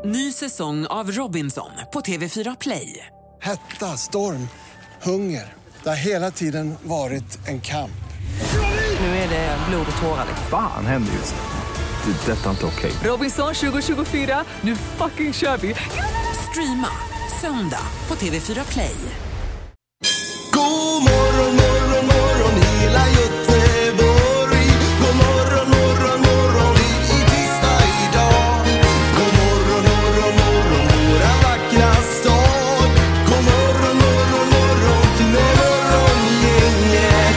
Ny säsong av Robinson på TV4 Play. Hetta, storm, hunger. Det har hela tiden varit en kamp. Nu är det blod och tårar. Fan händer just nu. Det. Detta är inte okej. Robinson 2024, nu fucking kör vi. Streama söndag på TV4 Play. God morgon, morgon, morgon, hela Göteborg. God morgon, morgon, morgon, det är tisdag idag. God morgon, morgon, morgon, våra vackra stad. God morgon, morgon, morgon, med morgongänget.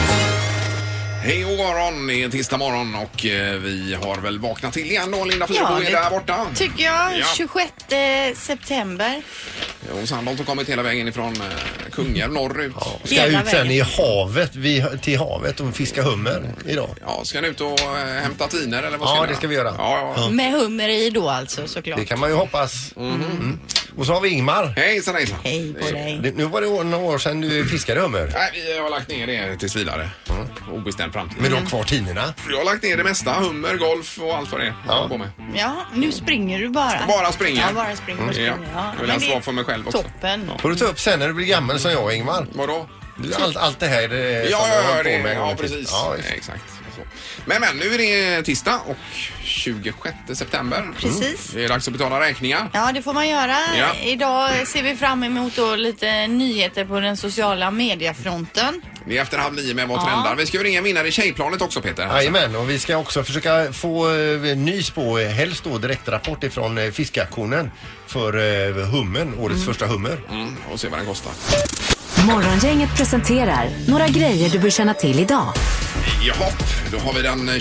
Hej och morgon, det är tisdag morgon och vi har väl vaknat till igen då. Linda Fyrebo är där borta. Tycker jag, 26 september. Och Sandholt har kommit hela vägen ifrån Kungälv norrut. Ja. Ska ut sen i havet, till havet och fiska hummer idag. Ja, ska ni ut och hämta tiner eller vad ska det ska vi göra. Ja. Med hummer i då alltså, såklart. Det kan man ju hoppas. Och så har vi Ingmar. Hejsan, hejsan. Hej på dig. Nu var det några år sedan du fiskade hummer. Nej, vi har lagt ner det tills vidare. Obestämd framtid. Men de kvar tinerna. Jag har lagt ner det mesta, hummer, golf och allt vad det är. På med. Ja, nu springer du bara. Bara springer. Ja, bara springer och springer. Ja. Jag vill ens vara för mig själv också. Toppen. Får du ta upp sen när du blir gammal som jag, Ingmar. Vadå? Allt det här som du har på med. Ja, precis. Ja, exakt. Så. Men nu är det tisdag och 26 september. Precis. Det är dags att betala räkningar. Ja, det får man göra. Ja. Idag ser vi fram emot då lite nyheter på den sociala mediefronten. Det är efter 8:30 med vad trendar. Vi ska ju ringa vinnare i Tjejplanet också, Peter. Jajamän, och vi ska också försöka få nys på helst då direktrapport ifrån fiskaktionen för hummen, årets första hummer. Och se vad den kostar. Morgongänget presenterar några grejer du bör känna till idag. Jaha, då har vi den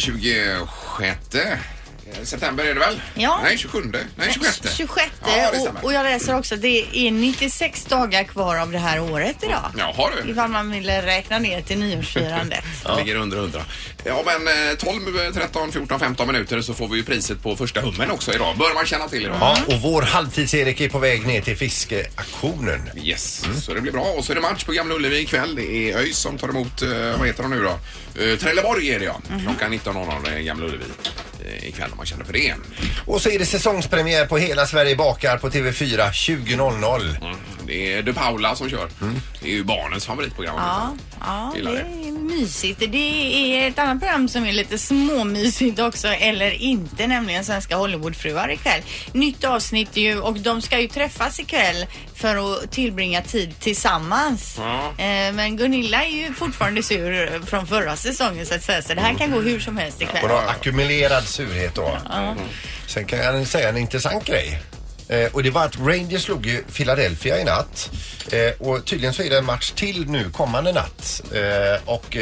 26 september är det väl? Ja. Nej, 27. Nej, 26. 26. Ja, det stämmer. Och jag läser också att det är 96 dagar kvar av det här året idag. Ja, har du? Ifall man vill räkna ner till nyårsfirandet. Det ligger under 100. Ja, men 12, 13, 14, 15 minuter så får vi ju priset på första hummen också idag. Bör man känna till idag. Ja, och vår halvtids-Erik är på väg ner till fiskeaktionen. Yes, så det blir bra. Och så är det match på Gamla Ullevi ikväll. Det är ÖIS som tar emot, vad heter de nu då? Trelleborg är det klockan 19.00 Gamla Ullevi ikväll om man känner för det. Och så är det säsongspremiär på Hela Sverige bakar på TV4 20.00. Det är De Paula som kör. Det är ju barnens favoritprogram. Ja, det är mysigt. Det är ett annat program som är lite småmysigt också, eller inte, nämligen Svenska Hollywoodfruar ikväll. Nytt avsnitt ju, och de ska ju träffas ikväll för att tillbringa tid tillsammans. Men Gunilla är ju fortfarande sur från förra säsongen så att säga, så det här kan gå hur som helst ikväll. Och ackumulerad surhet då. Sen kan jag säga en intressant grej. Och det var att Rangers slog ju Philadelphia i natt. Och tydligen så är det en match till nu kommande natt. Och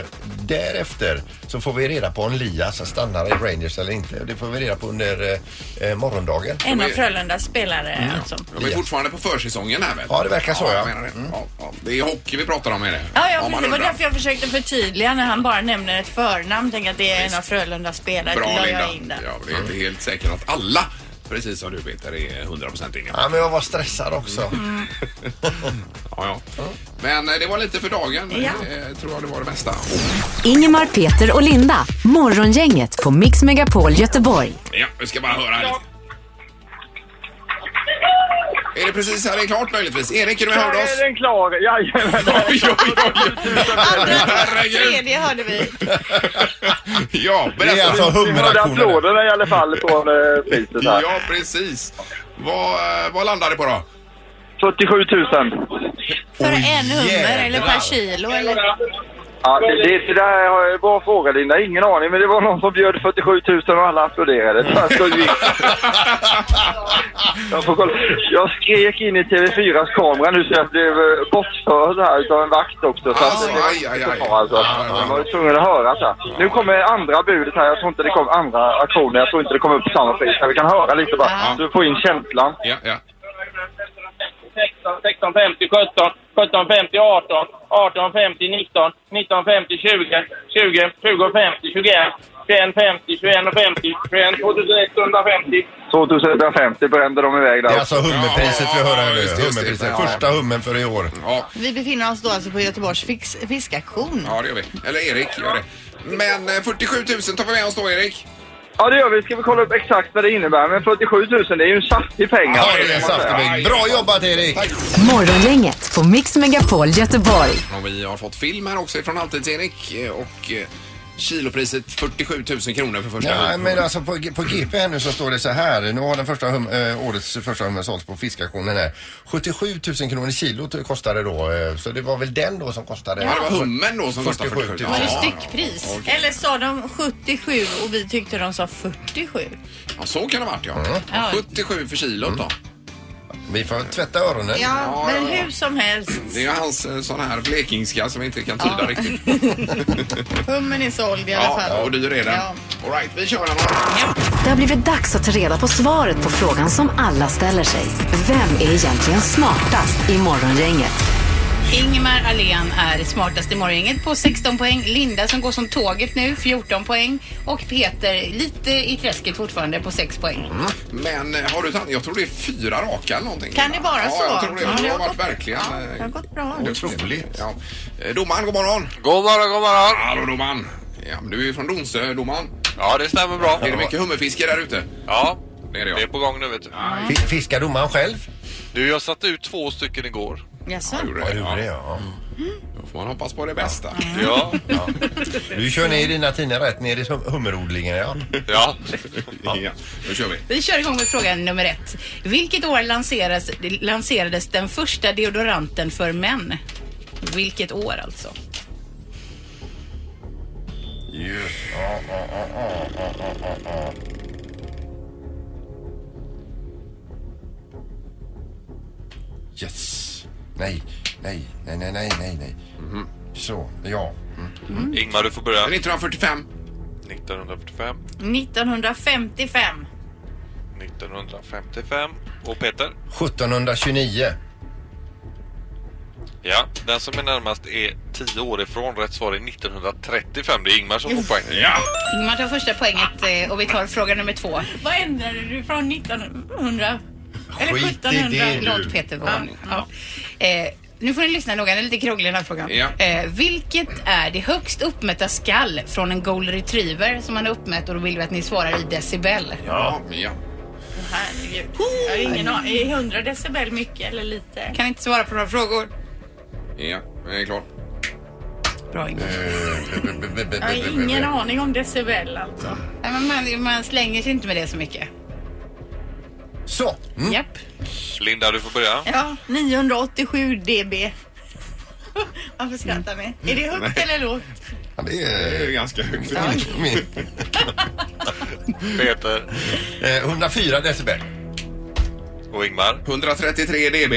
därefter så får vi reda på om Lias stannar i Rangers eller inte. Det får vi reda på under morgondagen. En av Frölundas spelare alltså. De är fortfarande på försäsongen här väl? Ja, det verkar så, jag menar det. Det är hockey vi pratar om, är det? Ja, det var därför jag försökte förtydliga när han bara nämner ett förnamn. Tänk att det är en av Frölundas spelare. Bra, Linda. Ja, det är inte helt säkert att alla, precis som du Peter, är 100% inne. Ja, men jag var stressad också. Ja. Men det var lite för dagen. Tror jag det var det bästa. Ingemar, Peter och Linda. Morgongänget på Mix Megapol Göteborg. Ja, vi ska bara höra här lite. Är det precis här det är klart möjligtvis? Erik, är du med och hörde oss? Är den klar? Jajamän. Tredje hörde vi. Ja, det är alltså hummeraktionen. Applåderna i alla fall från priset här. Ja, precis. Vad landar det på då? 47 000. För en hummer eller per kilo eller? Ja, det där har jag bara frågat Linda. Ingen aning, men det var någon som bjöd 47 000 och alla applåderade. Jag skrek in i TV4s kamera nu så jag blev bortförd här utav en vakt också. Så att jag var tvungen att höra så här. Nu kommer andra budet här. Jag tror inte det kommer andra aktioner. Jag tror inte det kommer upp på samma pris. Men vi kan höra lite bara. Du får in känslan. Ja. 16, 50, 17, 17, 50, 18, 18, 50, 19, 19, 50, 20, 20, 20, 50, 21, 21, 50, 21, 50, 21, 2150. 2150 brände de iväg där. Det är alltså hummerpriset vi hör här nu. Hummerpriset. Första hummen för i år. Ja. Vi befinner oss då alltså på Göteborgs fiskaktion. Ja, det gör vi. Eller Erik gör det. Men 47 000 tar vi med oss då, Erik. Ja, det gör vi. Ska vi kolla upp exakt vad det innebär. Men 47 000, det är ju en saftig pengar. Ja, det är en saftig pengar. Bra jobbat, Erik! Morgongänget på Mix Megapol Göteborg. Och vi har fått film här också från Halvtids-Erik och kilopriset 47 000 kronor för första hummer. Men alltså på GP här nu så står det så här. Nu har den första årets första hummer sålts på fiskauktionen här. 77 000 kronor kilot kostade då. Så det var väl den då som kostade. Ja, det var hummen då som kostade 47 000. Var det styckpris? Okay. Eller sa de 77 och vi tyckte de sa 47? Ja, så kan det ha varit, ja. 77 för kilot då. Vi får tvätta öronen. Ja, men hur som helst. Det är ju hans sån här blekingska som vi inte kan tyda riktigt. Hummen är såld i alla fall. Ja, och dyr är den. Ja. All right, vi kör den. Ja. Det har blivit dags att ta reda på svaret på frågan som alla ställer sig. Vem är egentligen smartast i Morgongänget? Ingmar Ahlén är smartast i Morgongänget på 16 poäng. Linda som går som tåget nu, 14 poäng. Och Peter lite i träsket fortfarande på 6 poäng. Men har du jag tror det är 4 raka eller någonting. Kan det vara så? Ja, jag tror det. Det har varit verkligen. Det har gått bra. Otroligt. Ja. Domaren, god morgon. God morgon, god morgon. Hallå domaren. Ja, men du är ju från Donsö, domaren. Ja, det stämmer bra. Är det mycket hummerfiske där ute? Ja, det är det, det är på gång nu vet du. Fiskar domaren själv? Du, jag satte ut 2 stycken igår. Jaså? Ja. Då får man hoppas på det bästa. Ja. Du kör ner dina tiner rätt ner i hummerodlingen, ja. Ja. Då kör vi. Vi kör igång med fråga nummer 1. Vilket år lanserades den första deodoranten för män? Vilket år alltså? Yes. Yes. Nej. Så, ja. Ingmar, du får börja. 1945. 1945. 1955. 1955. Och Peter? 1729. Ja, den som är närmast är 10 år ifrån. Rätt svar är 1935. Det är Ingmar som får poäng. Ja. Ingmar tar första poänget och vi tar fråga nummer 2. Vad ändrade du från 1900? Eller Skit 1700? i det, Låt Peter vara. Ja. Nu får ni lyssna noga, det är lite krånglig den här frågan. Ja. Vilket är det högst uppmätta skall från en golden retriever som man har uppmätt, och då vill vi att ni svarar i decibel. Ja. Herregud. Jag har ingen aning. Är 100 decibel mycket eller lite? Kan inte svara på några frågor. Ja, jag är klar. Bra, Ingmar. Jag har ingen aning om decibel alltså. Nej, men man slänger sig inte med det så mycket. Så. Japp. Linda, du får börja. Ja, 987 dB. Varför skrattar ni? Är det högt eller lågt? Ja, det är ganska högt. Peter. 104 decibel. Och Ingmar? 133 dB.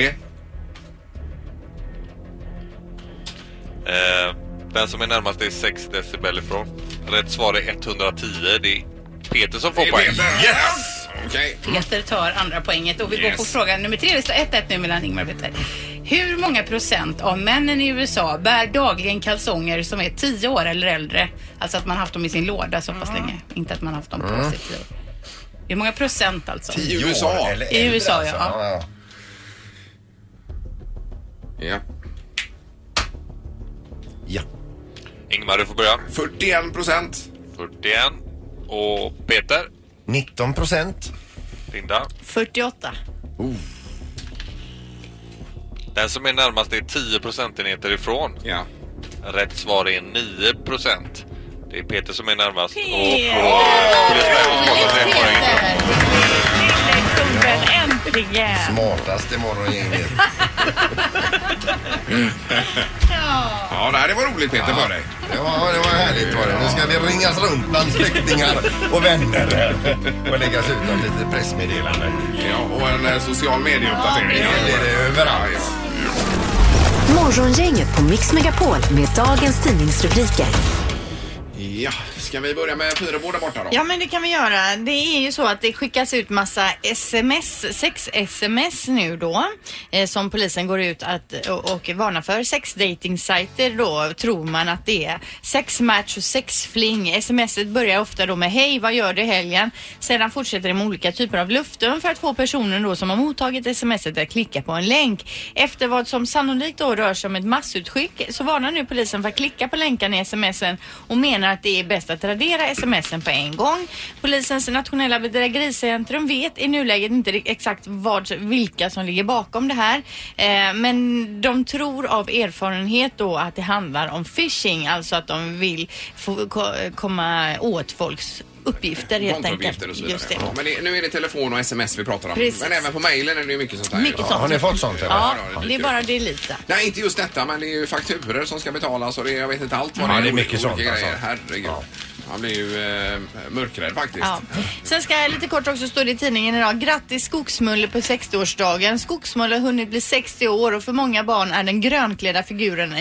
Den som är närmast är 6 decibel ifrån. Rätt svar är 110. Det är Peter som får poäng. Yes! Okay. Peter tar andra poänget och vi går på fråga nummer 3. Det står 1-1 nu mellan Ingmar och Peter. Hur många procent av männen i USA bär dagligen kalsonger som är 10 år eller äldre? Alltså att man haft dem i sin låda så pass länge. Inte att man haft dem på sig 10 år. Hur många procent alltså? 10 i USA? Eller i USA, alltså. Ja. Ingmar, du får börja. 41%. 41. Och Peter? 19%. Linda? 48. Den som är närmast är 10 procentenheter ifrån. Ja. Rätt svar är 9%. Det är Peter som är närmast. Äntligen! Smartast i morgongänget. Ja, det var roligt Peter för dig. Ja, det var härligt var det. Nu ska det ringas runt bland släktingar och vänner och läggas ut något litet pressmeddelande. Ja, och en social medieuppdatering. Det är det överallt. Morgongänget på Mix Megapol med dagens tidningsrubriker. Ja, ska vi börja med Fyrebåda borta då? Ja, men det kan vi göra. Det är ju så att det skickas ut massa sex-sms nu då som polisen går ut och varnar för. Sexdating-sajter då tror man att det är sexmatch och sexfling. Smset börjar ofta då med hej, vad gör du i helgen? Sedan fortsätter det med olika typer av luften för att få personen då som har mottagit smset att klicka på en länk. Efter vad som sannolikt då rör sig om ett massutskick så varnar nu polisen för att klicka på länkarna i smsen och menar att det är bäst att att radera sms'en på en gång. Polisens nationella bedrägericentrum vet i nuläget inte exakt vilka som ligger bakom det här. Men de tror av erfarenhet då att det handlar om phishing, alltså att de vill få komma åt folks uppgifter helt enkelt. Och så vidare. Just det. Ja, men nu är det telefon och sms vi pratar om. Precis. Men även på mejlen är det ju mycket sånt här. Mycket sånt. Har ni fått sånt? Eller? Ja, det är bara det lite. Nej, inte just detta, men det är ju fakturer som ska betalas och jag vet inte allt vad Ja, det är. det är mycket olika sånt, grejer. alltså. Herregud. Ja. Man blir ju mörkrädd faktiskt. Ja. Sen ska jag lite kort också stå det i tidningen idag. Grattis Skogsmulle på 60-årsdagen. Skogsmulle har hunnit bli 60 år och för många barn är den grönklädda figuren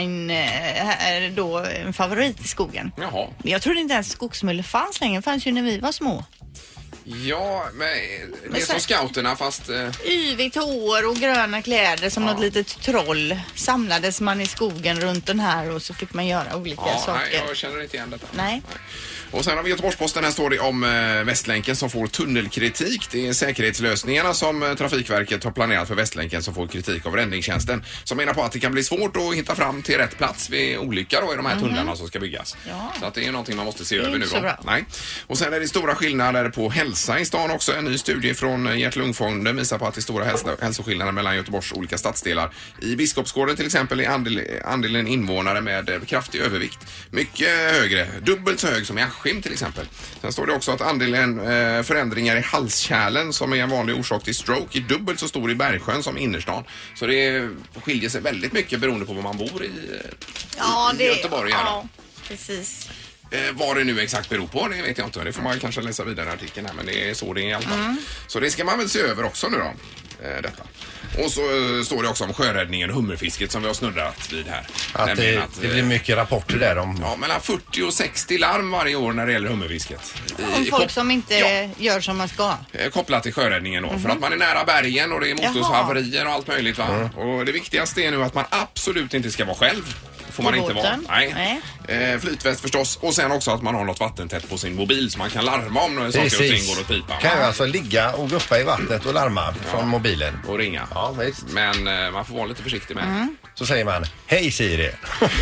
en favorit i skogen. Jaha. Jag trodde inte ens Skogsmulle fanns längre. Det fanns ju när vi var små. Ja, men det är som scouterna fast... Yvigt hår och gröna kläder som något litet troll. Samlades man i skogen runt den här och så fick man göra olika saker. Nej, jag känner inte igen detta. Nej. Och sen har vi Göteborgs-Posten, här står det om Västlänken som får tunnelkritik. Det är säkerhetslösningarna som Trafikverket har planerat för Västlänken som får kritik av räddningstjänsten. Som menar på att det kan bli svårt att hitta fram till rätt plats vid olycka då i de här tunnlarna som ska byggas. Ja. Så att det är någonting man måste se över nu så då. bra. Nej. Och sen är det stora skillnader på hälsa i stan också. En ny studie från Hjärt-Lungfonden visar på att det är stora hälsoskillnader mellan Göteborgs olika stadsdelar. I Biskopsgården till exempel är andelen invånare med kraftig övervikt mycket högre. Dubbelt så hög som i Askim till exempel. Sen står det också att andelen förändringar i halskärlen som är en vanlig orsak till stroke är dubbelt så stor i Bergsjön som innerstan. Så det skiljer sig väldigt mycket beroende på var man bor i Göteborg. Ja, precis. Vad det nu exakt beror på, det vet jag inte. Det får man kanske läsa vidare i artikeln här, men det är så det är i alla fall. Så det ska man väl se över också nu då, detta. Och så står det också om sjöräddningen och hummerfisket som vi har snurrat vid här. Att det blir mycket rapporter där om... Ja, mellan 40 och 60 larm varje år när det gäller hummerfisket. Om folk som inte gör som man ska. Kopplat till sjöräddningen då. För att man är nära bergen och det är motorshaverier och allt möjligt va. Och det viktigaste är nu att man absolut inte ska vara själv. Får man inte vara. Nej. Flytväst förstås. Och sen också att man har något vattentätt på sin mobil så man kan larma om när saker och ting går åt pipan. Kan ju alltså ligga och guppa i vattnet och larma från mobilen. Och ringa. Ja, visst. Men man får vara lite försiktig med det. Så säger man, hej Siri.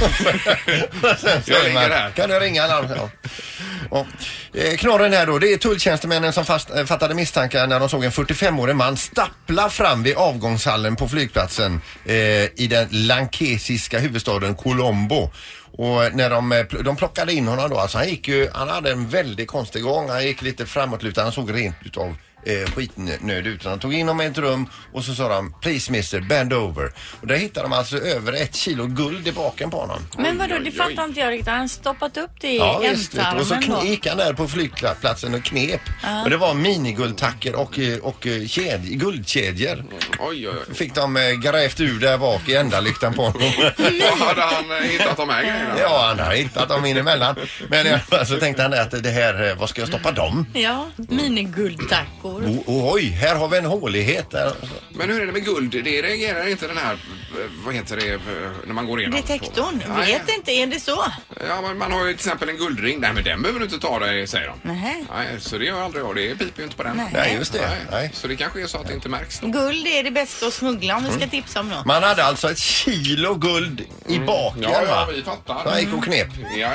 Sen Jag ringer här. Kan du ringa larm? Ja. Knorren här då, det är tulltjänstemännen som fattade misstankar när de såg en 45-årig man stappla fram vid avgångshallen på flygplatsen i den lankesiska huvudstaden Colombo. Och när de plockade in honom då, alltså han hade en väldigt konstig gång, han gick lite framåtlutad, han såg rent utav skitnöd ut. Han tog in honom i ett rum och så sa de, please mister, bend over. Och där hittade de alltså över 1 kilo guld i baken på honom. Men vadå, det fattar inte jag riktigt. Han stoppat upp det i ändtarmen. Och så gick han där på flygplatsen och knep. Och det var miniguldtacker och guldkedjor. Oj. Fick de grävt ur där bak i ändalyktan på honom. Hade han hittat de här grejerna? Ja, han har hittat dem in emellan. Men så tänkte han att det här, vad ska jag stoppa dem? Ja, miniguldtackor. Oj, här har vi en hålighet där. Men hur är det med guld? Det reagerar inte den här, vad heter det, när man går igenom? Detektorn, vet inte, är det så? Ja, men man har ju till exempel en guldring. Nej, men den behöver du inte ta dig, säger de. Nej, så det gör aldrig jag. Det piper ju inte på den. Nej, just det. Nej. Så det kanske är så att det inte märks då. Guld är det bästa att smuggla om vi ska tipsa om något. Man hade alltså 1 kilo guld i baken, ja, vi fattar. Så han gick och knep. Ja.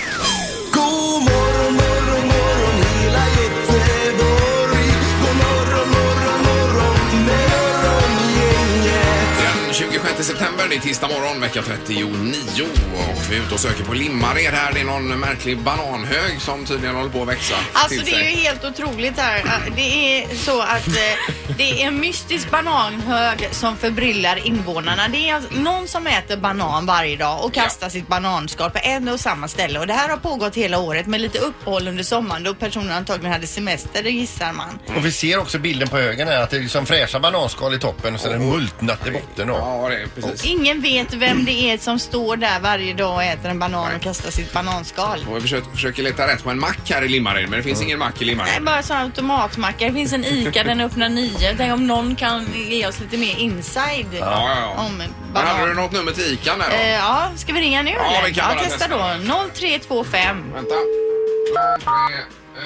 God morgon, morgon, morgon hela Göteborg. God morgon, morgon, morgon med morgongänget. Den 26 september, det är tisdag morgon, vecka 39. Och vi är ute och söker på Limmared här. Det är någon märklig bananhög som tydligen håller på att växa. Alltså det är ju helt otroligt här. Det är så att det är en mystisk bananhög som förbryllar invånarna. Det är någon som äter banan varje dag och kastar sitt bananskal på en och samma ställe. Och det här har pågått hela året med lite uppehåll under sommaren då personerna antagligen hade semester, det gissar man. Och vi ser också bilden på högen här att det är liksom fräscha bananskal i toppen och så är det multnat i botten. Ja, det är precis. Ingen vet vem det är som står där varje dag och äter en banan och kastar sitt bananskal. Och vi försöker leta rätt på en mack här i Limmared, men det finns ingen mack i Limmared. Nej, bara sån automatmackar. Det finns en ICA, den öppnar 9. Tänk om någon kan ge oss lite mer inside om Men banan. hade du något nummer till ICA där då? Ja, ska vi ringa nu? Ja, eller? vi kan bara testa då. 0325. Vänta.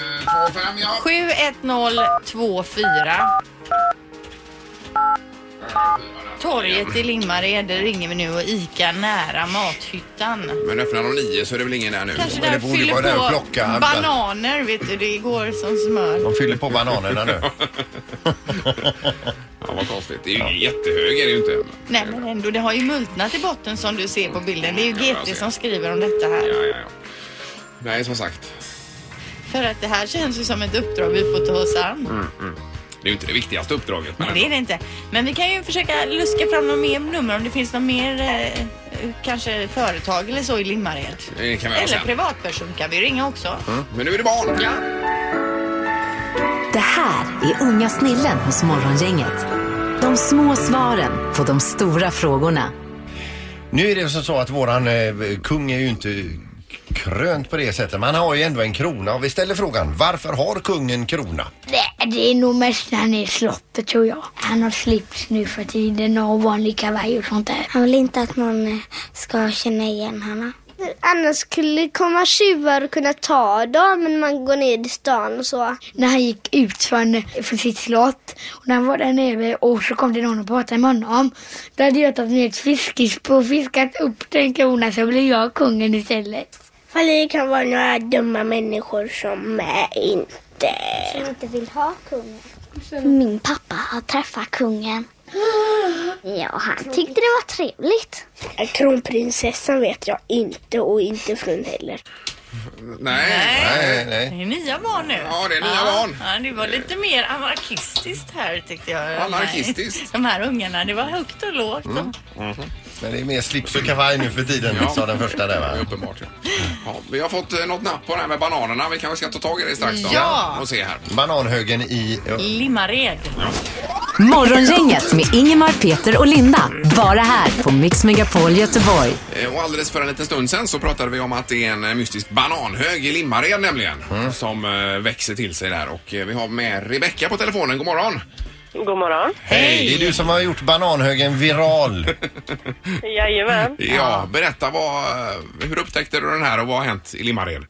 0325, ja. 71024. Torget i Limmared, där ringer vi nu och ICA nära Mathyttan. Men öppnar de 9 så är det väl ingen där nu? Kanske där fyller på plocka bananer, vet du, det går som smör. De fyller på bananerna nu. Ja, vad konstigt. Det är ju ingen jättehög, är det ju inte. Nej, men ändå, det har ju multnat i botten som du ser på bilden. Det är ju GT som skriver om detta här. Ja. Nej, som sagt. För att det här känns ju som ett uppdrag vi får ta oss an. Det är ju inte det viktigaste uppdraget. Nej, det är det inte. Men vi kan ju försöka luska fram något mer nummer om det finns något mer kanske företag eller så i Limmared. Det kan vi eller privatperson kan vi ringa också. Men nu är det barn. Ja. Det här är Unga snillen hos Morgongänget. De små svaren på de stora frågorna. Nu är det så att våran kung är ju inte krönt på det sättet. Man har ju ändå en krona och vi ställer frågan, varför har kungen krona? Det är nog mest när han är i slottet, tror jag. Han har slips nu för tiden och vanlig kavaj och sånt där. Han vill inte att någon ska känna igen honom. Annars skulle det komma tjuvar och kunna ta dem, men man går ner i stan och så. När han gick ut från sitt slott och när han var där nere och så kom det någon och pratade med honom. Då hade jag tagit ner ett fiskispo och fiskat upp den kronan, så blev jag kungen istället. För det kan vara några dumma människor som inte vill ha kungen. Min pappa har träffat kungen. Ja, han tyckte det var trevligt. Kronprinsessan vet jag inte och inte frun heller. Nej. Det är nya barn nu. Ja, det är nya barn. Ja, det var lite mer anarkistiskt här tyckte jag. Anarkistiskt? De här ungarna, det var högt och lågt. Men det är mer slips och kavaj nu för tiden, sa den första där, va? Uppenbart, ja. Vi har fått något napp på det här med bananerna. Vi kanske ska ta tag i det strax då. Ja. Och se här. Bananhögen i Limmared. Morgongänget med Ingemar, Peter och Linda. Bara här på Mix Megapol Göteborg. Och alldeles för en liten stund sen så pratade vi om att det är en mystisk bananhög i Limmared nämligen. Som växer till sig där. Och vi har med Rebecka på telefonen. God morgon. God morgon. Hej, det är du som har gjort bananhögen viral. Jajamän. Ja, berätta hur upptäckte du den här och vad har hänt i Limmared?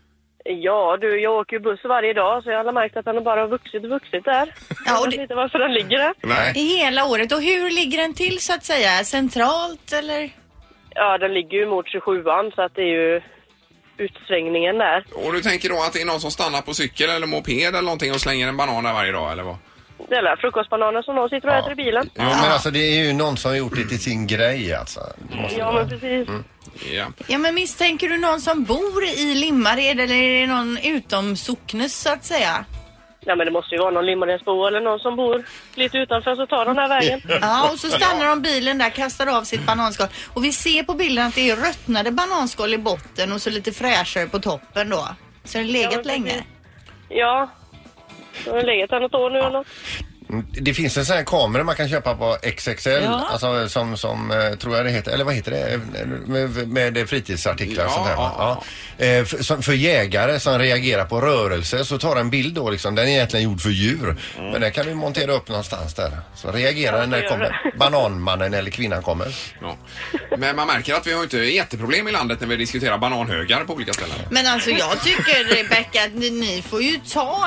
Ja, jag åker ju buss varje dag så jag har märkt att den bara har vuxit där. Ja, och jag vet inte varför den ligger där. Nej. Hela året. Och hur ligger den till så att säga? Centralt eller? Ja, den ligger ju mot 27an så att det är ju utsvängningen där. Och du tänker då att det är någon som stannar på cykel eller moped eller någonting och slänger en banan där varje dag eller vad? Det är frukostbananer som någon sitter och äter i bilen. Ja, men alltså det är ju någon som har gjort det till sin grej alltså. Ja, men precis. Ja, men misstänker du någon som bor i Limmared eller är det någon utom socknes så att säga? Ja, men det måste ju vara någon Limmaredsbo eller någon som bor lite utanför så tar den här vägen. Ja, och så stannar de bilen där, kastar av sitt bananskal. Och vi ser på bilden att det är röttnade bananskal i botten och så lite fräschare på toppen då. Så det har legat länge. Ja, det har legat här något år nu eller något. Det finns en sån här kamera man kan köpa på XXL, alltså som tror jag det heter, eller vad heter det, med fritidsartiklar och sånt här. För jägare som reagerar på rörelse så tar en bild då liksom, den är egentligen gjord för djur. Men den kan vi montera upp någonstans där. Så reagerar den när det kommer, bananmannen eller kvinnan kommer. Ja. Men man märker att vi har inte jätteproblem i landet när vi diskuterar bananhögar på olika ställen. Men alltså jag tycker Rebecka att ni får ju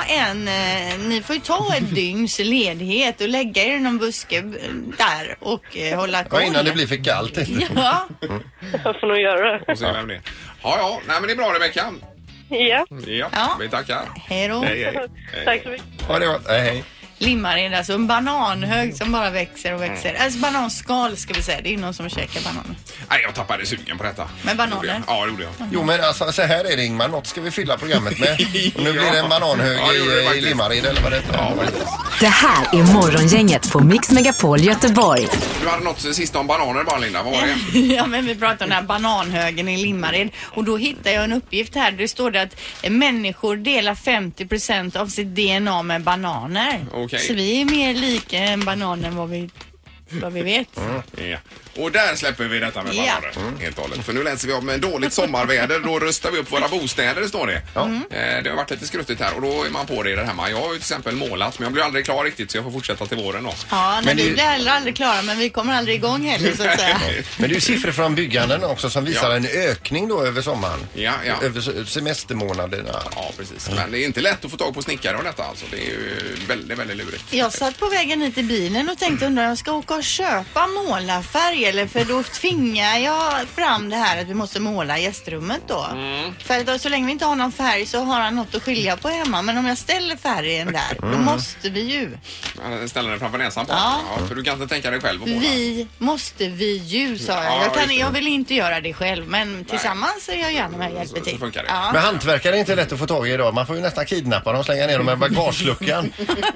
ta ett dygns ledighet och lägga er i någon buske där och hålla koll. Ja, innan det blir för kallt. Ja. Jag får nog göra det. Och se vem det är. Ja, nej men det är bra Rebecka. Ja, vi tackar. Hej då. Hej. Tack så mycket. Ja, det var, hej. Limmared, alltså en bananhög som bara växer och växer. Alltså bananskal ska vi säga, det är någon som käkar bananer. Nej, jag tappade sugen på detta. Med bananer? Ja, det gjorde jag. Jo, men alltså så här är det Ingmar, något ska vi fylla programmet med. Och nu blir det en bananhög i Limmared eller vad det är. Det här är Morgongänget på Mix Megapol Göteborg. Du hade något sista om bananer bara Linda, vad var det? Ja, men vi pratar om den här bananhögen i Limmared. Och då hittar jag en uppgift här. Det står det att människor delar 50% av sitt DNA med bananer. Okay. Så vi är mer lika en banan än vad vi vet. Ja. Och där släpper vi detta med bananer helt och hållet. För nu läser vi om en dåligt sommarväder. Då rustar vi upp våra bostäder, står det. Det har varit lite skruttigt här och då är man på det där hemma. Jag har ju till exempel målat men jag blir aldrig klar riktigt så jag får fortsätta till våren då. Ja, men vi blir heller aldrig klara men vi kommer aldrig igång heller så att säga. Men det är ju siffror från bygganden också som visar en ökning då över sommaren. Ja. Över semestermånaderna. Ja, precis. Men det är inte lätt att få tag på snickare och detta alltså. Det är ju väldigt, väldigt lurigt. Jag satt på vägen hit i bilen och tänkte undrar jag ska åka jag köpa målarfärg eller för då tvingar jag fram det här att vi måste måla gästrummet då. För då, så länge vi inte har någon färg så har han något att skilja på hemma. Men om jag ställer färgen där, då måste vi ju. Ställer den framför näsan på. Ja. För du kan inte tänka dig själv att måla. Sa jag. Jag vill inte göra det själv, men tillsammans är jag gärna med och hjälper till. funkar det. Ja. Men hantverkare är inte lätt att få tag i idag. Man får ju nästan kidnappa dem och slänga ner dem i bagageluckan.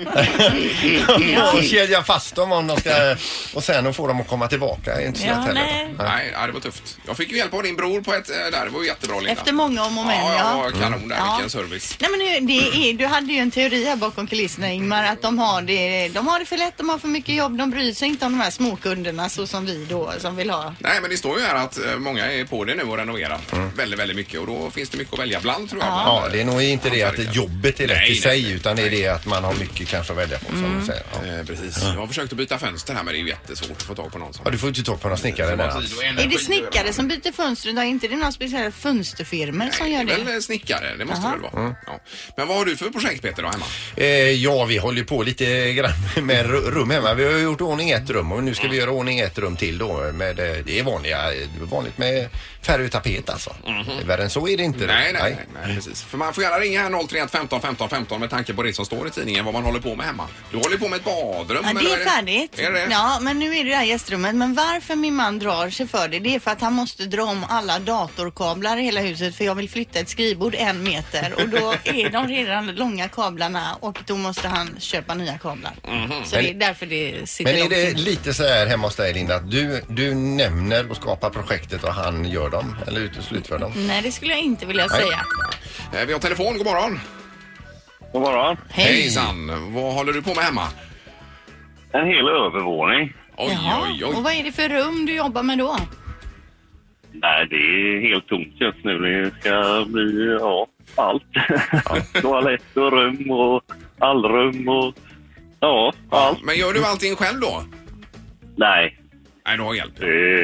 Och kedja fast dem om de ska, och sen får dem att komma tillbaka. Det är inte så lätt heller. Nej, det var tufft. Jag fick ju hjälp av din bror på ett där. Det var ju jättebra, Linda. Efter många om och men, ja. Kanon där. Vilken service. Nej, men du hade ju en teori här bakom kulisserna, Ingmar, att de har det för lätt, de har för mycket jobb, de bryr sig inte om de här småkunderna så som vi då som vill ha. Nej, men det står ju här att många är på det nu och renoverar väldigt, väldigt mycket, och då finns det mycket att välja bland, tror jag. Ja, det är nog inte det att jobbet är lätt i sig, utan det är det att man har mycket kanske att välja på, som du säger. Precis. Jag har försökt att byta fönster här, men det är ju jättesvårt att få tag på någon som... Ja, du får inte tag på någon snickare där. Är det snickare som byter fönster? Är inte det några speciella fönsterfirmor som gör det? Det är väl snickare, det måste väl vara. Ja. Men vad har du för projekt, Peter, då hemma? Ja, vi håller på lite grann med rum hemma. Vi har gjort ordning ett rum och nu ska vi göra ordning ett rum till då. Det är vanligt med färgtapet alltså. Värre än så är det inte. Nej, precis. För man får gärna ringa här 031 15 15 15 med tanke på det som står i tidningen, vad man håller på med hemma. Du håller på med ett badrum. Ja, det är färdigt. Är det? Ja, men nu är det här gästrummet. Men varför min man drar sig för det är för att han måste dra om alla datorkablar i hela huset, för jag vill flytta ett skrivbord 1 meter och då är de redan långa kablarna och då måste han köpa nya kablar. Så det är därför det sitter. Men är det lite så här hemma hos dig, Linda, att du nämner och skapar projektet och han gör dem eller slutför dem? Nej, det skulle jag inte vilja säga. Vi har telefon, god morgon. God morgon. Hejsan, vad håller du på med hemma? En hel övervåning. Oj. Och vad är det för rum du jobbar med då? Nej, det är helt tomt just nu. Det ska bli, allt. Toalett och rum och allrum och allt. Men gör du allting själv då? Nej. Nej, du har hjälp.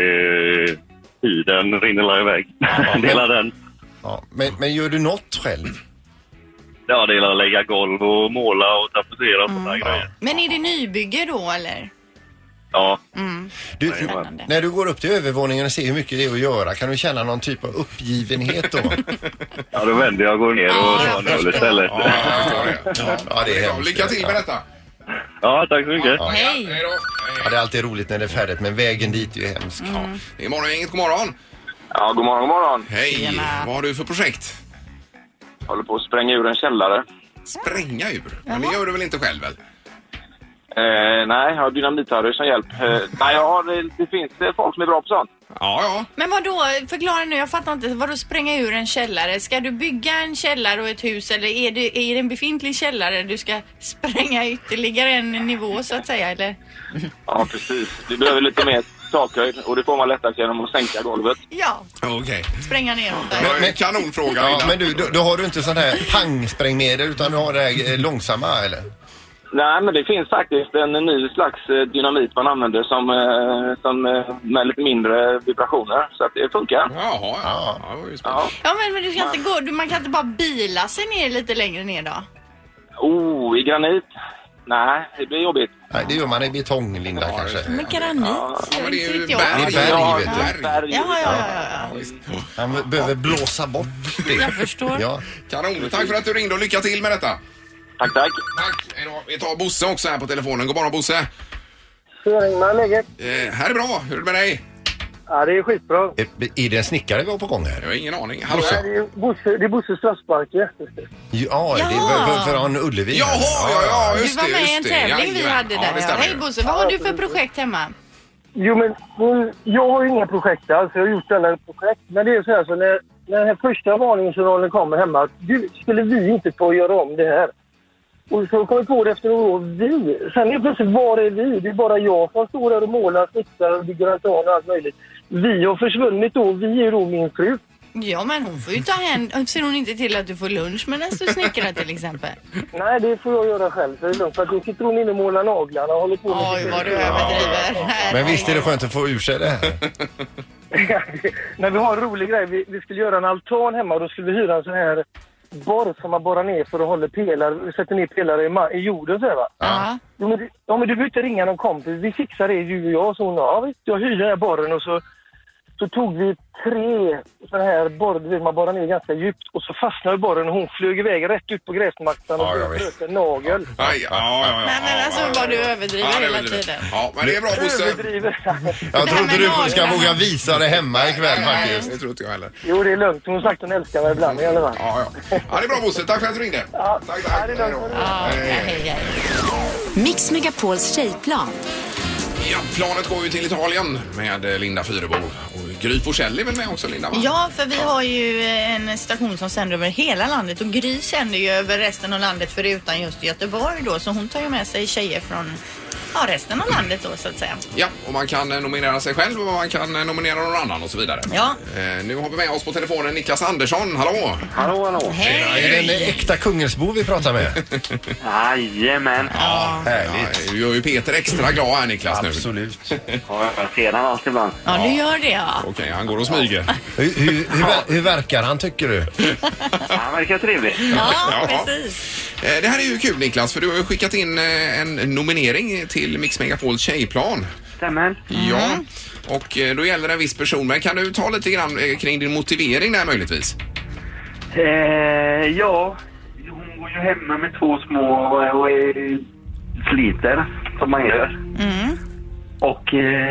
Tiden rinner iväg. Dela den. Ja, men gör du något själv? Ja, det är att lägga golv och måla och tapetsera och sådana grejer. Men är det nybygge då, eller? Ja. Du, när du går upp till övervåningen och ser hur mycket det är att göra, kan du känna någon typ av uppgivenhet då? Ja, då vänder jag och går ner och tar en öl istället. Ja, jag förstår det. Ja, det är hemskt. Lycka till med detta. Ja, tack så mycket. Ja. Hej. Ja, det är alltid roligt när det är färdigt, men vägen dit är ju hemsk. Ja. Det är morgon, god morgon. Ja, god morgon. Hej, Tjena. vad har du för projekt? Jag håller på att spränga ur en källare. Spränga ur? Men det gör du väl inte själv, väl? Nej, jag har dynamit-Harry som hjälp. Det finns folk som är bra på sånt. Ja. Men vad då? Förklara nu, jag fattar inte. Vad då spränga ur en källare? Ska du bygga en källare och ett hus, eller är det en befintlig källare du ska spränga ytterligare en nivå så att säga, eller? Ja, precis. Du behöver lite mer takhöjd och det får man lättast genom att sänka golvet. Ja. Okej. Spränga neråt där. Men kanonfråga. Ja, men då har du inte sån här pangsprängmedel, utan du har det här långsamma, eller? Nej, men det finns faktiskt en ny slags dynamit man använder som med lite mindre vibrationer, så att det funkar. Jaha, Ja, men du kan inte gå, man kan inte bara bila sig ner lite längre ner då? I granit? Nej, det blir jobbigt. Nej, det gör man i betong, Linda, kanske. Men granit? Ja, men det är ju berg, vet du. Berg. Ja. Han behöver blåsa bort det. Jag förstår. Ja. Kanon, tack för att du ringde och lycka till med detta. Tack. Tack, hejdå. Vi tar Bosse också här på telefonen. God morgon, Bosse. Hur är läget? Här är bra, hur är det med dig? Ja, det är skitbra. Är det en snickare vi har på gång här? Jag har ingen aning. Hallå? Det är Bosse Strassparke. Ja, det är för han Ullevi. Ja, just det. Du var med i en tävling vi hade där. Det stämmer. Hej Bosse, vad har du för projekt hemma? Jo, men jag har ju inga projekt alls. Jag har gjort alla projekt. Men det är så här, så när den här första varningssignalen kommer hemma, skulle vi inte få göra om det här. Och så kom vi på det efter några år, vi. Sen är plötsligt, var är vi? Det är bara jag som står där och målar, snickrar och bygger altan och allt möjligt. Vi har försvunnit då, vi är då min fru. Ja, men hon får ju ta hand. Ser hon inte till att du får lunch medan du snickrar till exempel? Nej, det får jag göra själv. Så det är lugnt, för att då sitter hon inne och målar naglarna och håller på med... Oj, vad du överdriver. Men visst är det skönt att få ur sig det här? När vi har en rolig grej, vi skulle göra en altan hemma och då skulle vi hyra en sån här borr som man borrar ner för att hålla pelare, sätter ner pelare i jorden så här, va? Ja. Ja, men du behöver inte ringa någon kompis. Vi fixar det, du och jag. Så hon, ja, visst, jag hyrde den här borren och så tog vi 3 sådana här borrar, man borrar ner ganska djupt och så fastnade borren och hon flög iväg rätt ut på gräsmattan och bröt en nagel. Nej, men alltså vad du överdriver hela tiden. Ja, men det är bra, Bosse. Jag tror inte du ska våga visa det hemma ikväll faktiskt. Det tror inte jag heller. Jo, det är lugnt. Hon har sagt att hon älskar mig ibland i alla fall. Ja, det är bra, Bosse. Tack för att du ringde. Ja, tack. Det är lugnt. Hej. Mix Megapols tjejplan. Ja, planet går ju till Italien med Linda Fyrebo. Och Gry Forssell är väl med också, Linda, va? Ja, för vi har ju en station som sänder över hela landet och Gry sänder ju över resten av landet förutom just Göteborg då. Så hon tar ju med sig tjejer från resten av landet då, så att säga. Ja, och man kan nominera sig själv och man kan nominera någon annan och så vidare. Ja. Nu har vi med oss på telefonen Niklas Andersson. Hallå! Hallå. Hej! Är det en äkta Kungälvsbo vi pratar med? Jajamän. Ja, härligt. Ja, du gör ju Peter extra glad här, Niklas, nu. Absolut. Ja, jag ser han allt ibland. Ja, du gör det, ja. Okej, han går och smyger. Hur verkar han, tycker du? Han verkar trevlig. Ja, precis. Det här är ju kul, Niklas, för du har ju skickat in en nominering till Mix Megapols tjejplan. Stämmer. Ja, och då gäller det en viss person. Men kan du ta lite grann kring din motivering där möjligtvis? Ja, hon går ju hemma med 2 små och sliter som man gör. Och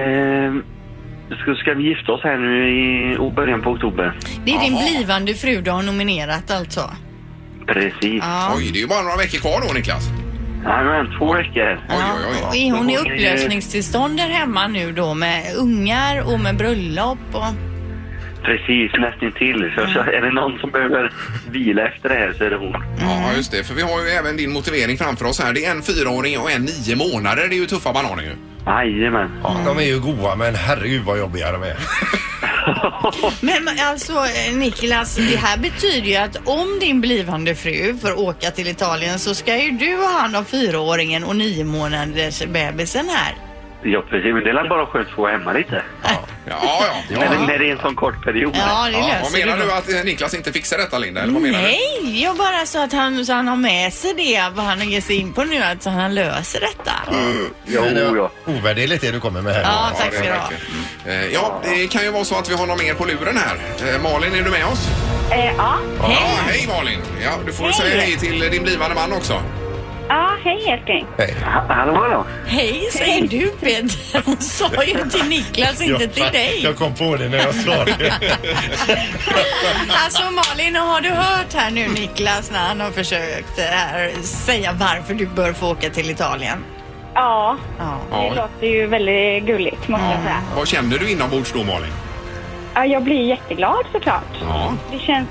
ska vi gifta oss här nu i början på oktober. Det är din blivande fru du har nominerat alltså. Precis. Ja. Oj, det är ju bara några veckor kvar då, Niklas. Nej, men 2 veckor. Och är hon i upplösningstillstånd där hemma nu då med ungar och med bröllop och... Precis, nästan till. Så är det någon som behöver vila efter det här så är det hon. Ja, just det. För vi har ju även din motivering framför oss här. Det är en 4-åring och en 9 månader. Det är ju tuffa bananer ju. Jajamän. Ja, de är ju goda, men herregud vad jobbiga de är. Men alltså Niklas, det här betyder ju att om din blivande fru får åka till Italien så ska ju du ha hand om 4-åringen och 9 månaders bebisen här. Ja, precis. Men det är bara skönt att få hemma lite. Ja. När det är en sån kort period. Ja, det löser vad menar du att Niklas inte fixar detta, Linda? Eller vad menar Nej, jag bara så att han har med sig det vad han ger sig in på nu, att han löser detta. Ja. Ovärderligt det du kommer med här. Ja, tack ska du ha. Ja, det kan ju vara så att vi har någon mer på luren här. Malin, är du med oss? Ja. Hej Malin. Ja, du får säga hej till din blivande man också. Ja, hej älskling. Hej. Hallå. Hej, säger du Peter. Hon sa ju till Niklas, inte till dig. Jag kom på det när jag sa det. Alltså Malin, har du hört här nu Niklas när han har försökt säga varför du bör få åka till Italien? Ja, det låter ju väldigt gulligt måste jag säga. Vad känner du inombords då, Malin? Ja, jag blir jätteglad såklart. Ja. Det känns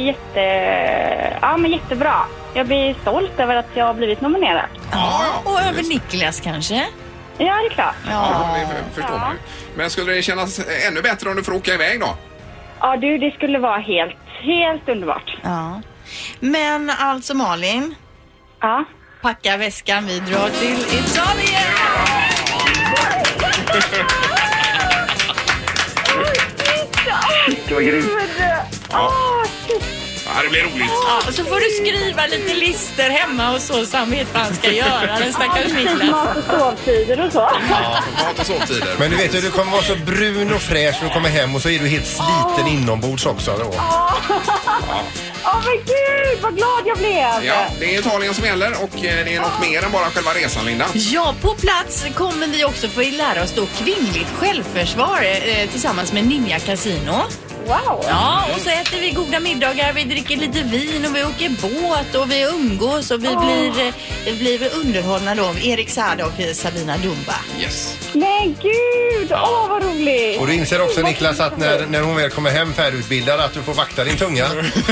jättebra. Jag blir stolt över att jag har blivit nominerad. Ja, och över Niklas kanske? Ja, det är klart. Ja, det förstår man ju. Men skulle det kännas ännu bättre om du får åka iväg då? Ja, det skulle vara helt underbart. Ja. Men alltså Malin. Ja. Packa väskan, vi drar till Italien! Det var grymt. Ja, det blir roligt. Ja, så får du skriva lite lister hemma och så han vet vad han ska göra, den stackars Niklas. Mat och sovtider och så. Ja, mat och sovtider. Men du vet ju, du kommer vara så brun och fräsch när du kommer hem och så är du helt sliten inombords också då. Men gud, vad glad jag blev! Ja, det är Italien som gäller och det är något mer än bara själva resan, Linda. Ja, på plats kommer vi också få lära oss då kvinnligt självförsvar tillsammans med Ninja Casino. Wow! Ja, och så äter vi goda middagar, vi dricker lite vin och vi åker båt och vi umgås och vi blir underhållna då av Erik Saade och Sabina Dumba. Yes. Men gud, vad roligt! Och du inser också Niklas att när hon väl kommer hem färdigutbildad att du får vakta din tunga.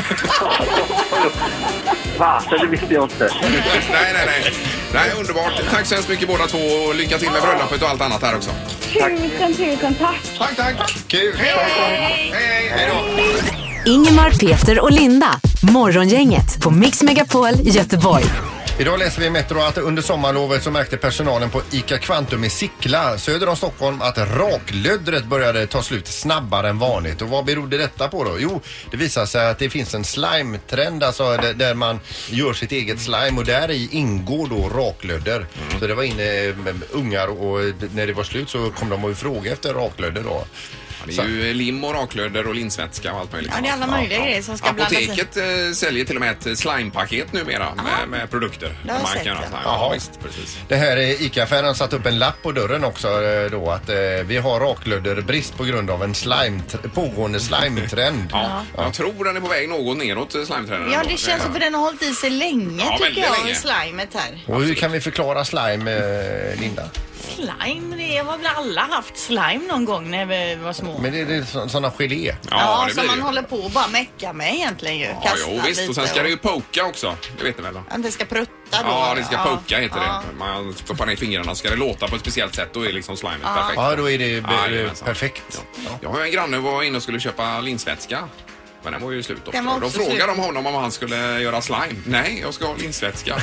Varför, det visste jag inte. Nej, underbart. Tack så hemskt mycket båda två och lycka till med bröllopet och allt annat här också. Tusen tack. Tack. Kul. Hej då. Ingemar, Peter och Linda. Morgongänget på Mix Megapol Göteborg. Idag läser vi i Metro att under sommarlovet så märkte personalen på ICA Kvantum i Sickla söder om Stockholm att raklöddret började ta slut snabbare än vanligt. Och vad berodde detta på då? Jo, det visar sig att det finns en slime-trend, alltså där man gör sitt eget slime och där i ingår då raklödder. Så det var inne ungar och när det var slut så kom de och fråga efter raklödder då. Det är ju lim och raklödder och linsvätska och allt möjligt. Ja, det är alla möjliga grejer som ska blandas in. Apoteket säljer till och med ett slimepaket numera med produkter. Det har jag sett, ja, visst, precis. Det här ICA-affären satt upp en lapp på dörren också då att vi har raklödderbrist på grund av en pågående slime-trend. Jag tror den är på väg något neråt, slime-trenden. Ja, det känns som för den har hållit i sig länge tycker jag, länge. Slimet här. Och hur kan vi förklara slime, Linda? Slime, det har väl alla haft slime någon gång när vi var små. Men det är sådana gelé. Ja, som man håller på och bara mäcka med egentligen ju. Ja, jo, visst. Lite och sen ska det ju poka också. Det vet ni väl då? Ja, det ska prutta då. Ja, det ska poka heter det. Man stoppar ner fingrarna och ska det låta på ett speciellt sätt. Då är liksom slimet perfekt. Ja, då är det perfekt. Ja. Jag har ju en granne var inne och skulle köpa linsvätska. Men den var ju slut också. Då frågade de honom om han skulle göra slime. Nej, jag ska ha linsvätska.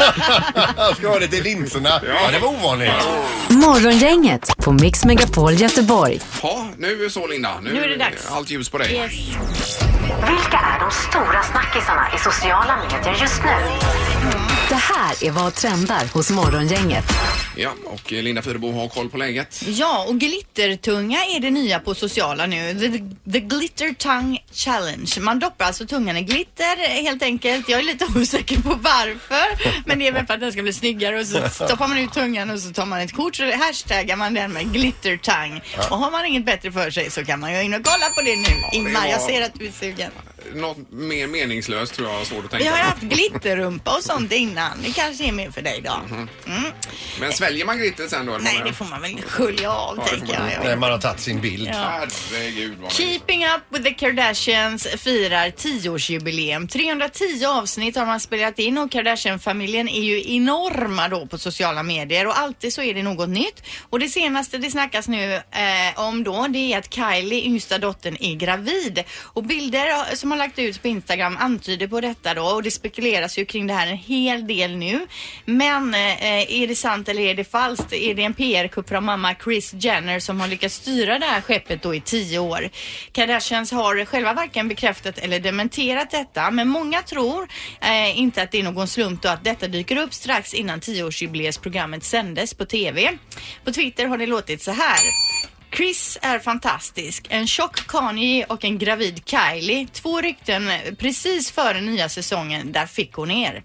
Jag ska ha det till linserna. Ja, det var ovanligt. Morgongänget på Mix Megapol Göteborg. Ja, nu så Linda. Nu är det dags. Allt ljus på dig. Yes. Vilka är de stora snackisarna i sociala medier just nu? Det här är vad trendar hos Morgongänget. Ja, och Linda Fyrebo har koll på läget. Ja, och glittertunga är det nya på sociala nu. The Glitter Tongue Challenge. Man doppar alltså tungan i glitter helt enkelt. Jag är lite osäker på varför. Men det är väl för att den ska bli snyggare. Och så stoppar man ut tungan och så tar man ett kort. Så hashtaggar man den med Glitter Tongue. Ja. Och har man inget bättre för sig så kan man ju in och kolla på det nu. Ingmar, jag ser att du är sugen. Något mer meningslöst tror jag är svårt att tänka. Vi har haft glitterrumpa och sånt innan. Det kanske är mer för dig då. Men sväljer man glitter sen då? Eller? Nej, det får man väl skölja av, tänker jag. När man har tagit sin bild. Ja. Keeping Up with the Kardashians firar 10-årsjubileum. 310 avsnitt har man spelat in och Kardashian-familjen är ju enorma då på sociala medier och alltid så är det något nytt. Och det senaste det snackas nu om då, det är att Kylie, yngsta dottern, är gravid. Och bilder som har lagt ut på Instagram antyder på detta då och det spekuleras ju kring det här en hel del nu. Men är det sant eller är det falskt? Är det en PR-kupp från mamma Kris Jenner som har lyckats styra det här skeppet då i 10 år? Kardashians har själva varken bekräftat eller dementerat detta, men många tror inte att det är någon slump då att detta dyker upp strax innan 10-årsjubileumsprogrammet sändes på TV. På Twitter har det låtit så här. Kris är fantastisk. En tjock Kanye och en gravid Kylie. 2 rykten precis före nya säsongen. Där fick hon ner.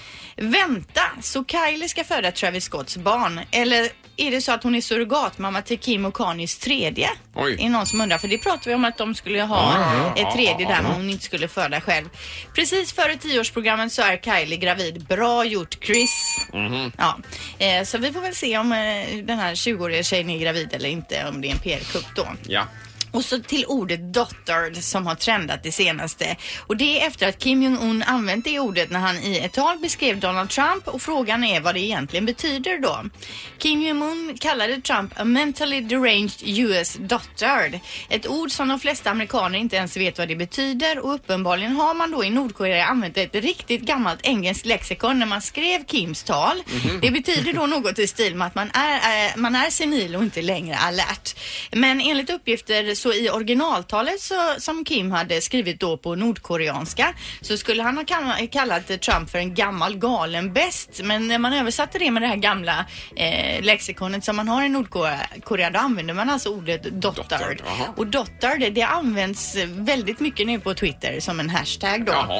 Vänta, så Kylie ska föda Travis Scotts barn? Eller är det så att hon är surrogatmamma till Kim och Kanyes tredje? Oj. Är någon som undrar, för det pratar vi om att de skulle ha ett tredje där men hon inte skulle föda själv. Precis före 10-årsprogrammet så är Kylie gravid. Bra gjort, Chris. Ja. Så vi får väl se om den här 20-åriga tjejen är gravid eller inte, om det är en PR-kupp då. Ja. Och så till ordet dotard som har trendat det senaste. Och det är efter att Kim Jong-un använt det ordet när han i ett tal beskrev Donald Trump och frågan är vad det egentligen betyder då. Kim Jong-un kallade Trump a mentally deranged US dotard. Ett ord som de flesta amerikaner inte ens vet vad det betyder och uppenbarligen har man då i Nordkorea använt ett riktigt gammalt engelskt lexikon när man skrev Kims tal. Det betyder då något i stil med att man är senil och inte längre alert. Men enligt uppgifter så i originaltalet som Kim hade skrivit då på nordkoreanska så skulle han ha kallat Trump för en gammal galen bäst. Men när man översatte det med det här gamla lexikonet som man har i Nordkorea då använder man alltså ordet dotard. Och dotard det används väldigt mycket nu på Twitter som en hashtag då.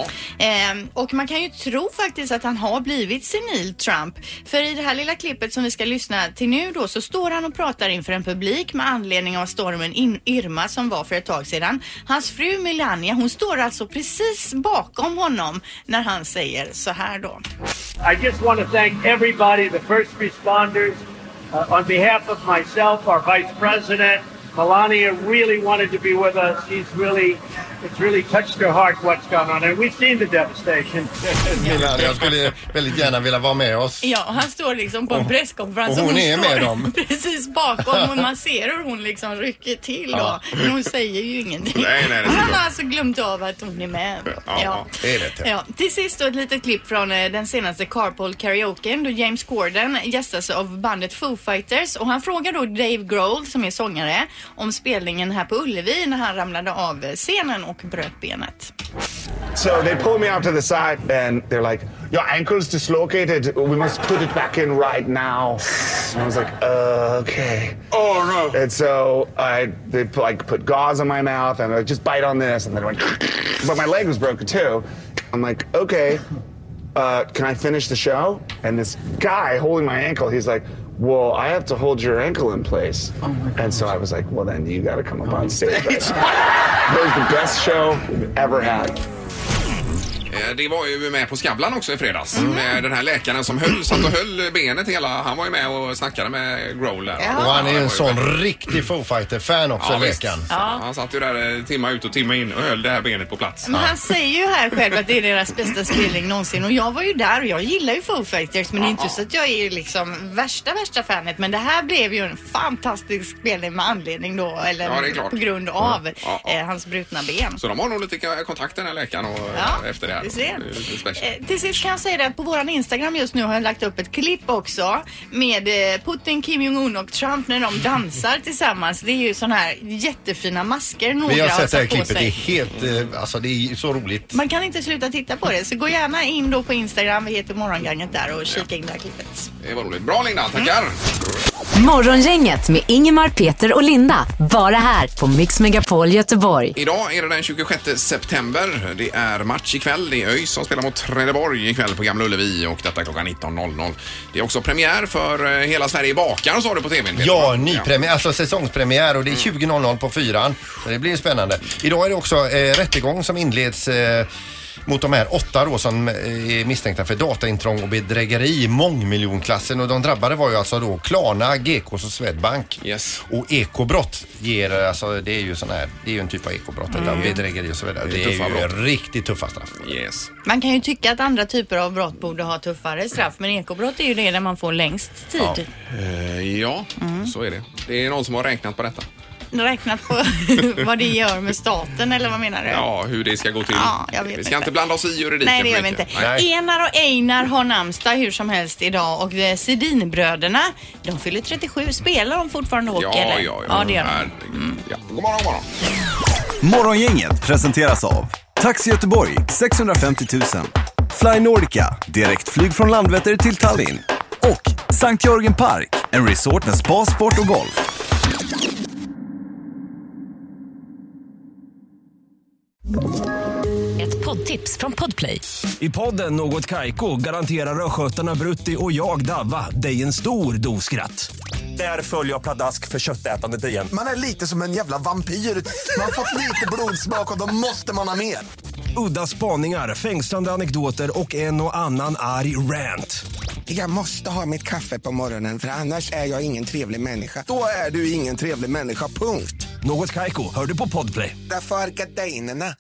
Och man kan ju tro faktiskt att han har blivit senil Trump. För i det här lilla klippet som vi ska lyssna till nu då så står han och pratar inför en publik med anledning av stormen Irma som var för ett tag sedan. Hans fru Melania, hon står alltså precis bakom honom när han säger så här då. I just want to thank everybody, the first responders, on behalf of myself, our Vice President, Melania really wanted to be with us. It's really touched her heart what's gone on, and we've seen the devastation. Melania skulle väldigt gärna vilja vara med oss. Ja, han står liksom på en presskonferens och hon är med dem. Precis bakom och man ser hur hon liksom rycker till då. Men hon säger ju ingenting. Nej, han har alltså glömt av att hon är med. Ja. Det vet jag. Ja. Till sist då ett litet klipp från den senaste Carpool Karaoke då James Corden gästas av bandet Foo Fighters och han frågar då Dave Grohl som är sångare om spelningen här på Ullevi när han ramlade av scenen och bröt benet. So they pulled me out to the side and they're like, your ankle's dislocated. We must put it back in right now. And I was like, okay. Oh no. And so they put gauze on my mouth and I just bite on this and then it went, but my leg was broken too. I'm like, okay, can I finish the show? And this guy holding my ankle, he's like, well, I have to hold your ankle in place. And so I was like, well, then you got to come up on stage right now. That was the best show we've ever had. Det var ju med på Skavlan också i fredags. Med den här läkaren som satt och höll benet hela. Han var ju med och snackade med Grohl där. Ja. Och han är ju en sån riktig Foo Fighter-fan också, läkaren. Ja. Han satt ju där timma ut och timma in och höll det här benet på plats. Men han säger ju här själv att det är deras bästa spelning någonsin. Och jag var ju där och jag gillar ju Foo Fighters. Men det är inte så att jag är liksom värsta fanet. Men det här blev ju en fantastisk spelning med anledning då. Eller på grund av hans brutna ben. Så de har nog lite kontakt den här läkaren och efter det här. Till sist kan jag säga det att på våran Instagram just nu har jag lagt upp ett klipp också med Putin, Kim Jong-Un och Trump när de dansar tillsammans. Det är ju sån här jättefina masker. Vi har sett det här klippet, det är helt, alltså det är så roligt. Man kan inte sluta titta på det, så gå gärna in då på Instagram, vi heter Morgonganget där och kika in det här klippet. Det var roligt. Bra Linda, tackar! Morgongänget med Ingemar, Peter och Linda. Bara här på Mix Megapol Göteborg. Idag är det den 26 september. Det är match ikväll. Det är ÖIS som spelar mot Trelleborg ikväll på Gamla Ullevi och detta klockan 19.00. Det är också premiär för Hela Sverige bakar, sa du på TV. Ja, nypremiär, alltså säsongspremiär och det är 20.00 på 4. Så det blir spännande. Idag är det också rättegång som inleds mot de här 8 då som är misstänkta för dataintrång och bedrägeri i mångmiljonklassen. Och de drabbade var ju alltså då Klarna, GKs och Swedbank. Yes. Och ekobrott ger, alltså det är ju sån här, det är ju en typ av ekobrott, bedrägeri och så vidare. Det är ju riktigt tuffa straff. Yes. Man kan ju tycka att andra typer av brott borde ha tuffare straff, men ekobrott är ju det där man får längst tid. Ja, så är det. Det är någon som har räknat på detta. Räknat på vad det gör med staten, eller vad menar du? Ja, hur det ska gå till. Ja, jag vet vi ska inte blanda oss i juridiken. Nej, det gör vi inte. Enar och Einar har namnsdag hur som helst idag och Sedinbröderna, de fyller 37. Spelar de fortfarande hockey eller? Ja, det gör de. Ja. God morgon. Morgongänget presenteras av Taxi Göteborg 650 000. Fly Nordica, direktflyg från Landvetter till Tallinn. Och Sankt Jörgen Park, en resort med spa, sport och golf. Ett poddtips från Podplay. I podden Något Kaiko garanterar röskötarna Brutti och jag Davva dig en stor doskratt. Där följer jag pladask för köttätandet igen. Man är lite som en jävla vampyr. Man har fått lite blodsmak och då måste man ha mer. Udda spaningar, fängslande anekdoter och en och annan arg rant. Jag måste ha mitt kaffe på morgonen för annars är jag ingen trevlig människa. Då är du ingen trevlig människa, punkt. Något Kaiko, hör du på Podplay. Därför är gardinerna.